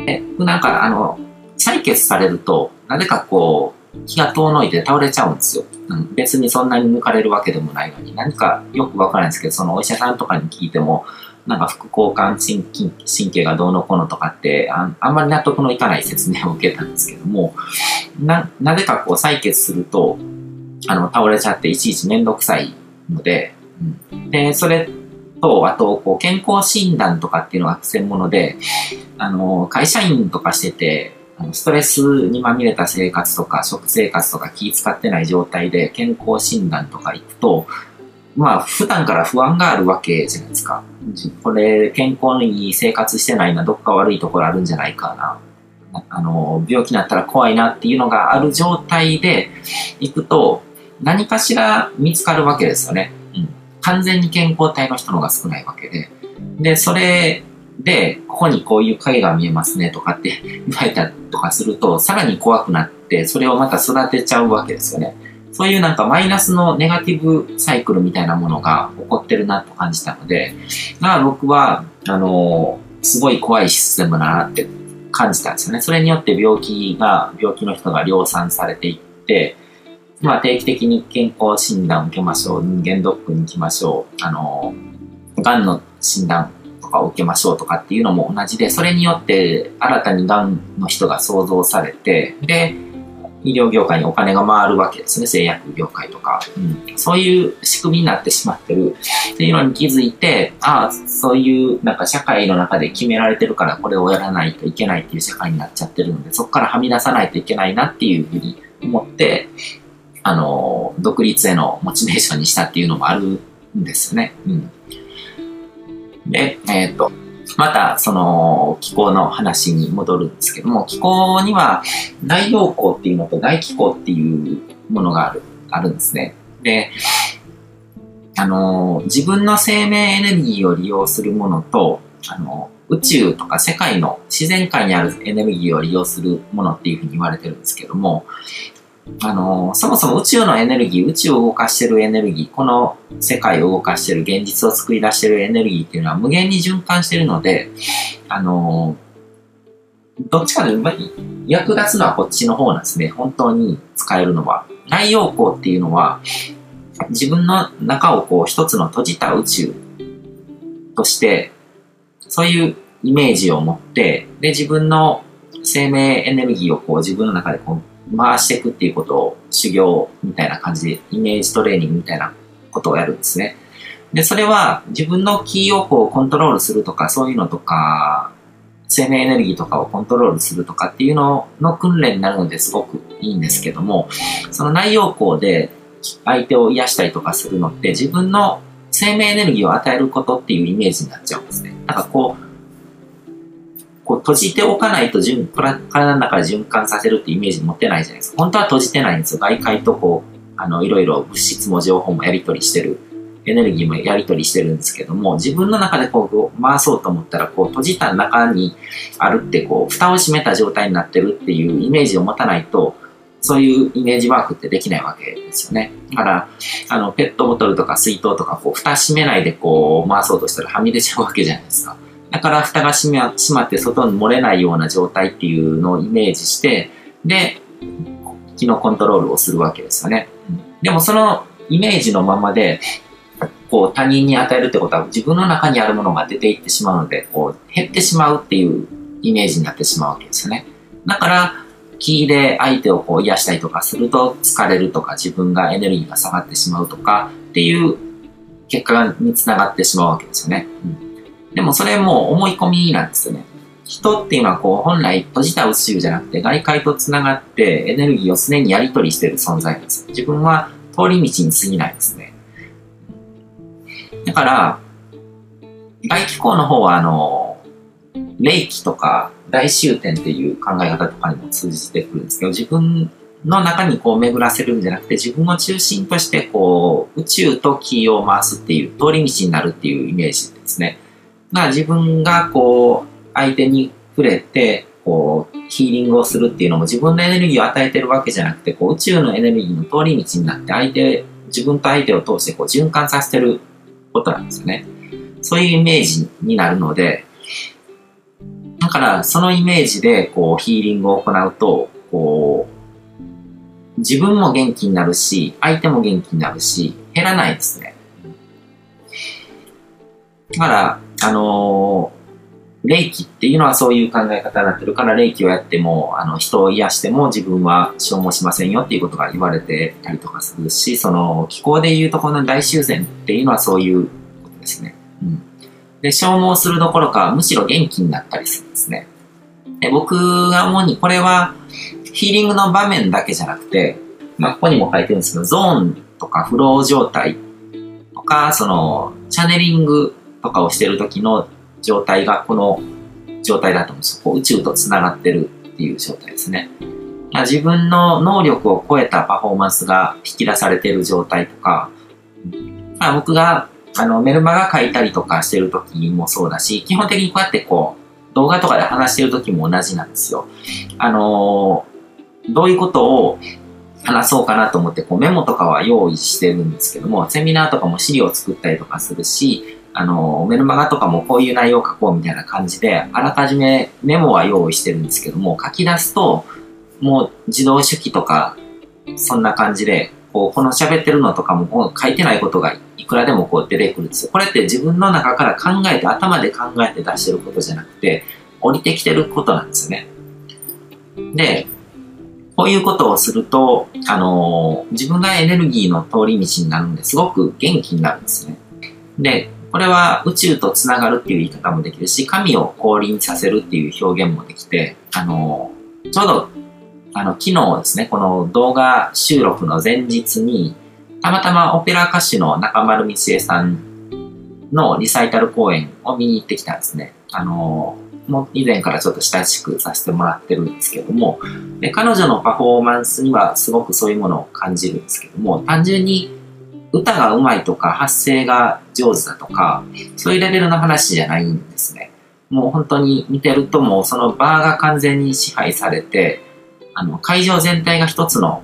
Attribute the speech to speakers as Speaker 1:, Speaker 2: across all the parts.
Speaker 1: なんか採血されると、なぜかこう、気が遠のいて倒れちゃうんですよ。別にそんなに抜かれるわけでもないのに、何かよくわからないんですけど、そのお医者さんとかに聞いても、なんか副交感神経がどうのこうのとかってあんまり納得のいかない説明を受けたんですけども、なぜかこう採血すると、倒れちゃっていちいちめんどくさいので、で、それと、あと、こう、健康診断とかっていうのが専門で、会社員とかしてて、ストレスにまみれた生活とか、食生活とか気使ってない状態で健康診断とか行くと、まあ、普段から不安があるわけじゃないですか。これ、健康に生活してないな、どっか悪いところあるんじゃないかな。病気になったら怖いなっていうのがある状態で行くと、何かしら見つかるわけですよね。完全に健康体の人の方が少ないわけで。で、それで、ここにこういう影が見えますねとかって言われたりとかすると、さらに怖くなって、それをまた育てちゃうわけですよね。そういうなんかマイナスのネガティブサイクルみたいなものが起こってるなと感じたので、僕は、すごい怖いシステムだなって感じたんですよね。それによって病気の人が量産されていって、まあ定期的に健康診断を受けましょう。人間ドックに行きましょう。癌の診断とかを受けましょうとかっていうのも同じで、それによって新たに癌の人が創造されて、で、医療業界にお金が回るわけですね。製薬業界とか。そういう仕組みになってしまってるっていうのに気づいて、そういうなんか社会の中で決められてるからこれをやらないといけないっていう社会になっちゃってるので、そこからはみ出さないといけないなっていうふうに思って、独立へのモチベーションにしたっていうのもあるんですよね。で、また、その、気候の話に戻るんですけども、気候には内陽光っていうのと外気候っていうものがあるんですね。で、自分の生命エネルギーを利用するものと、宇宙とか世界の自然界にあるエネルギーを利用するものっていうふうに言われてるんですけども、そもそも宇宙のエネルギー、宇宙を動かしてるエネルギー、この世界を動かしてる、現実を作り出してるエネルギーっていうのは無限に循環してるので、どっちかというと役立つのはこっちの方なんですね。本当に使えるのは。内陽光っていうのは、自分の中をこう一つの閉じた宇宙として、そういうイメージを持って、で、自分の生命エネルギーをこう自分の中でこう回していくっていうことを修行みたいな感じでイメージトレーニングみたいなことをやるんですね。で、それは自分の気をこうコントロールするとかそういうのとか生命エネルギーとかをコントロールするとかっていうのの訓練になるのですごくいいんですけども、その内陽光で相手を癒したりとかするのって自分の生命エネルギーを与えることっていうイメージになっちゃうんですね。なんかこう閉じておかないと体の中で循環させるってイメージ持ってないじゃないですか。本当は閉じてないんですよ。外界とこう、いろいろ物質も情報もやり取りしてる。エネルギーもやり取りしてるんですけども、自分の中でこう回そうと思ったら、こう閉じた中にあるってこう、蓋を閉めた状態になってるっていうイメージを持たないと、そういうイメージワークってできないわけですよね。だから、ペットボトルとか水筒とか、こう、蓋閉めないでこう、回そうとしたらはみ出ちゃうわけじゃないですか。だから蓋が閉まって外に漏れないような状態っていうのをイメージして、で、気のコントロールをするわけですよね。でもそのイメージのままで、こう他人に与えるってことは自分の中にあるものが出ていってしまうので、こう減ってしまうっていうイメージになってしまうわけですよね。だから、気で相手をこう癒したりとかすると疲れるとか自分がエネルギーが下がってしまうとかっていう結果につながってしまうわけですよね。でもそれも思い込みなんですよね。人っていうのはこう本来閉じた宇宙じゃなくて外界とつながってエネルギーを常にやり取りしている存在なんです。自分は通り道に過ぎないですね。だから外気候の方は霊気とか大終点っていう考え方とかにも通じてくるんですけど、自分の中にこう巡らせるんじゃなくて自分を中心としてこう宇宙と気を回すっていう通り道になるっていうイメージですね。自分がこう相手に触れてこうヒーリングをするっていうのも自分のエネルギーを与えてるわけじゃなくて、こう宇宙のエネルギーの通り道になって自分と相手を通してこう循環させてることなんですよね。そういうイメージになるので、 だから、そのイメージで、こう、ヒーリングを行うと、こう、自分も元気になるし、相手も元気になるし、減らないですね。だから、霊気っていうのはそういう考え方になってるから、霊気をやっても、人を癒しても自分は消耗しませんよっていうことが言われてたりとかするし、その気候でいうとこの大修繕っていうのはそういうことですね。うん。で、消耗するどころか、むしろ元気になったりするんですね。で、僕が主にこれはヒーリングの場面だけじゃなくて、まあ、ここにも書いてるんですけど、ゾーンとかフロー状態とか、その、チャネリングとかをしてる時の状態がこの状態だと思うんですよ。こう宇宙とつながってるっていう状態ですね。自分の能力を超えたパフォーマンスが引き出されている状態とか、僕がメルマガ書いたりとかしてる時もそうだし、基本的にこうやってこう動画とかで話してる時も同じなんですよ。どういうことを話そうかなと思ってこうメモとかは用意してるんですけども、セミナーとかも資料を作ったりとかするし、メルマガとかもこういう内容を書こうみたいな感じで、あらかじめメモは用意してるんですけども、書き出すと、もう自動手記とか、そんな感じで、この喋ってるのとかも書いてないことがいくらでもこう出てくるんですよ。これって自分の中から考えて、頭で考えて出してることじゃなくて、降りてきてることなんですよね。で、こういうことをすると、自分がエネルギーの通り道になるんですごく元気になるんですね。で、これは宇宙とつながるっていう言い方もできるし、神を降臨させるっていう表現もできて、ちょうど、昨日ですね、この動画収録の前日に、たまたまオペラ歌手の中丸道恵さんのリサイタル公演を見に行ってきたんですね。もう以前からちょっと親しくさせてもらってるんですけども、で彼女のパフォーマンスにはすごくそういうものを感じるんですけども、単純に歌が上手いとか発声が上手だとか、そういうレベルの話じゃないんですね。もう本当に見てるともうその場が完全に支配されて、会場全体が一つの、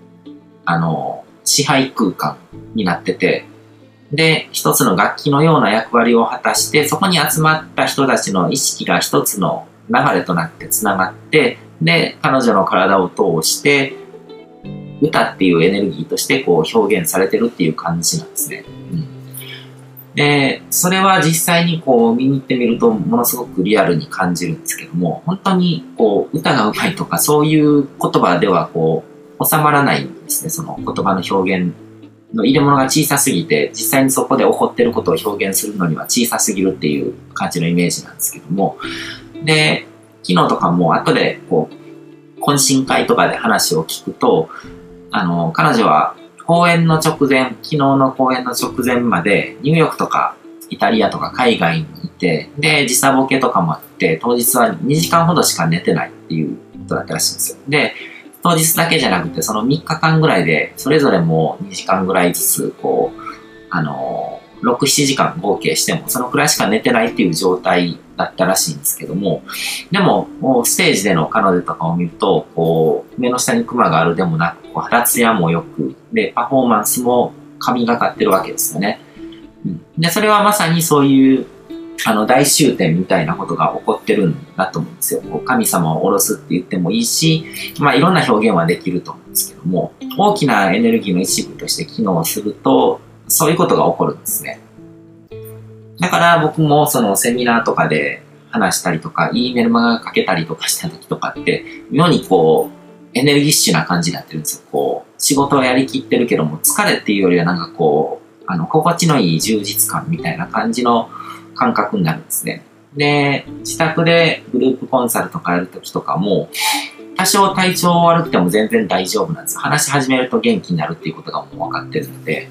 Speaker 1: 支配空間になってて、で、一つの楽器のような役割を果たして、そこに集まった人たちの意識が一つの流れとなってつながって、で、彼女の体を通して、歌っていうエネルギーとしてこう表現されてるっていう感じなんですね。うん、で、それは実際にこう見に行ってみるとものすごくリアルに感じるんですけども、本当にこう歌が上手いとかそういう言葉ではこう収まらないんですね。その言葉の表現の入れ物が小さすぎて、実際にそこで起こってることを表現するのには小さすぎるっていう感じのイメージなんですけども、で、昨日とかも後でこう懇親会とかで話を聞くと、彼女は公演の直前、昨日の公演の直前までニューヨークとかイタリアとか海外にいて、で、時差ボケとかもあって、当日は2時間ほどしか寝てないっていうことだったらしいんですよ。で、当日だけじゃなくて、その3日間ぐらいで、それぞれも2時間ぐらいずつ、こう、6、7時間合計しても、そのくらいしか寝てないっていう状態だったらしいんですけども、でも、もうステージでの彼女とかを見ると、こう、目の下にクマがあるでもなく、こう肌ツヤも良く、で、パフォーマンスも神がかってるわけですよね。で、それはまさにそういう、大終点みたいなことが起こってるんだと思うんですよ。こう神様を下ろすって言ってもいいし、まあいろんな表現はできると思うんですけども、大きなエネルギーの一部として機能すると、そういうことが起こるんですね。だから僕もそのセミナーとかで話したりとか、Eメルマガかけたりとかした時とかって、妙にこう、エネルギッシュな感じになってるんですよ。こう、仕事をやりきってるけども、疲れっていうよりはなんかこう、心地のいい充実感みたいな感じの感覚になるんですね。で、自宅でグループコンサルとかやるときとかも、多少体調悪くても全然大丈夫なんですよ。話し始めると元気になるっていうことがもう分かってるので。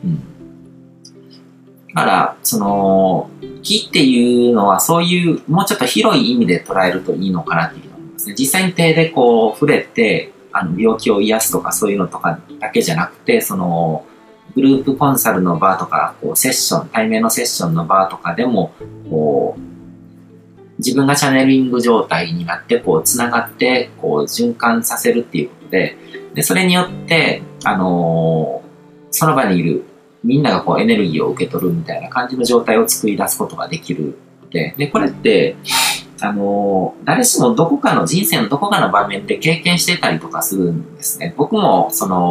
Speaker 1: だから、その、気っていうのはそういう、もうちょっと広い意味で捉えるといいのかなっていうのを思いますね。実際に手でこう触れて、病気を癒すとかそういうのとかだけじゃなくて、その、グループコンサルの場とか、こうセッション、対面のセッションの場とかでも、こう、自分がチャネリング状態になって、こう、つながって、こう、循環させるっていうことで、で、それによって、その場にいるみんながこう、エネルギーを受け取るみたいな感じの状態を作り出すことができるので、で、これって、 誰しもどこかの人生のどこかの場面で経験してたりとかするんですね。僕も、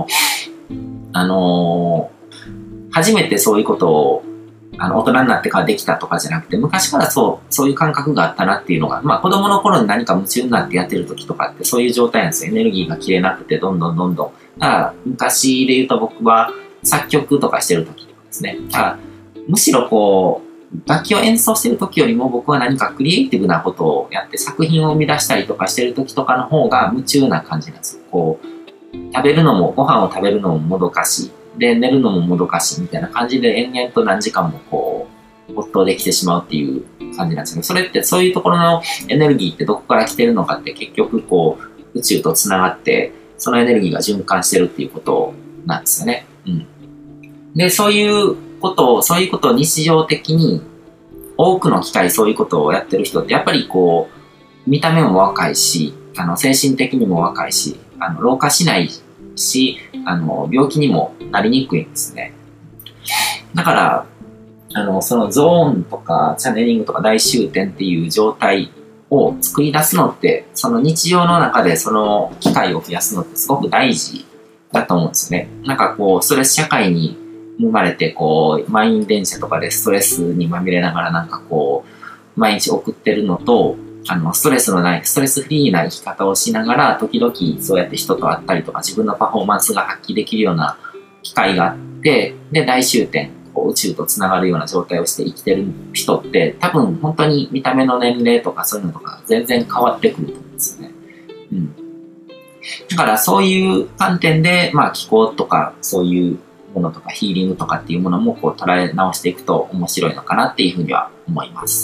Speaker 1: 初めてそういうことを、大人になってからできたとかじゃなくて、昔からそういう感覚があったなっていうのが、まあ子供の頃に何か夢中になってやってる時とかってそういう状態なんですよ。エネルギーが切れなくて、どんどん。だから昔で言うと僕は作曲とかしてる時とかですね。むしろ楽器を演奏してる時よりも僕は何かクリエイティブなことをやって作品を生み出したりとかしてる時とかの方が夢中な感じなんですよ。ご飯を食べるのももどかしい。で、寝るのももどかしいみたいな感じで延々と何時間も没頭できてしまうっていう感じなんですけど、それってそういうところのエネルギーってどこから来てるのかって結局宇宙と繋がって、そのエネルギーが循環してるっていうことなんですよね。で、そういうことを日常的に多くの機会そういうことをやってる人ってやっぱり見た目も若いし、精神的にも若いし、老化しないし、病気にもなりにくいんですね。だから、そのゾーンとかチャネリングとか大終点っていう状態を作り出すのって、その日常の中でその機会を増やすのってすごく大事だと思うんですよね。ストレス社会に生まれて、満員電車とかでストレスにまみれながら毎日送ってるのと、ストレスフリーな生き方をしながら、時々そうやって人と会ったりとか、自分のパフォーマンスが発揮できるような機会があって、で、大終点、宇宙とつながるような状態をして生きてる人って、多分本当に見た目の年齢とかそういうのとか全然変わってくると思うんですよね。だからそういう観点で、気候とかそういうものとかヒーリングとかっていうものも捉え直していくと面白いのかなっていうふうには思います。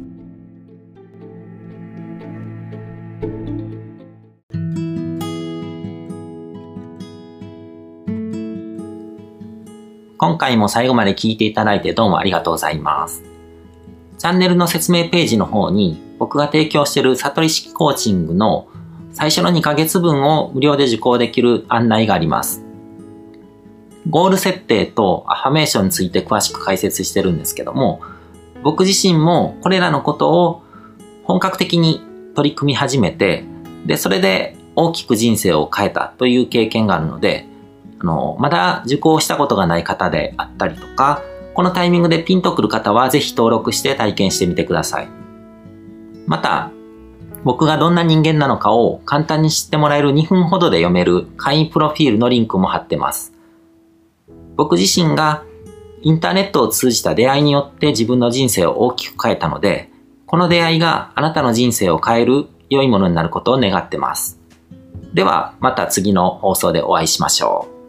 Speaker 2: 今回も最後まで聞いていただいてどうもありがとうございます。チャンネルの説明ページの方に僕が提供している悟り式コーチングの最初の2ヶ月分を無料で受講できる案内があります。ゴール設定とアファメーションについて詳しく解説してるんですけども、僕自身もこれらのことを本格的に取り組み始めて、で、それで大きく人生を変えたという経験があるので、まだ受講したことがない方であったりとか、このタイミングでピンとくる方はぜひ登録して体験してみてください。また、僕がどんな人間なのかを簡単に知ってもらえる2分ほどで読める会員プロフィールのリンクも貼ってます。僕自身がインターネットを通じた出会いによって自分の人生を大きく変えたので、この出会いがあなたの人生を変える良いものになることを願ってます。では、また次の放送でお会いしましょう。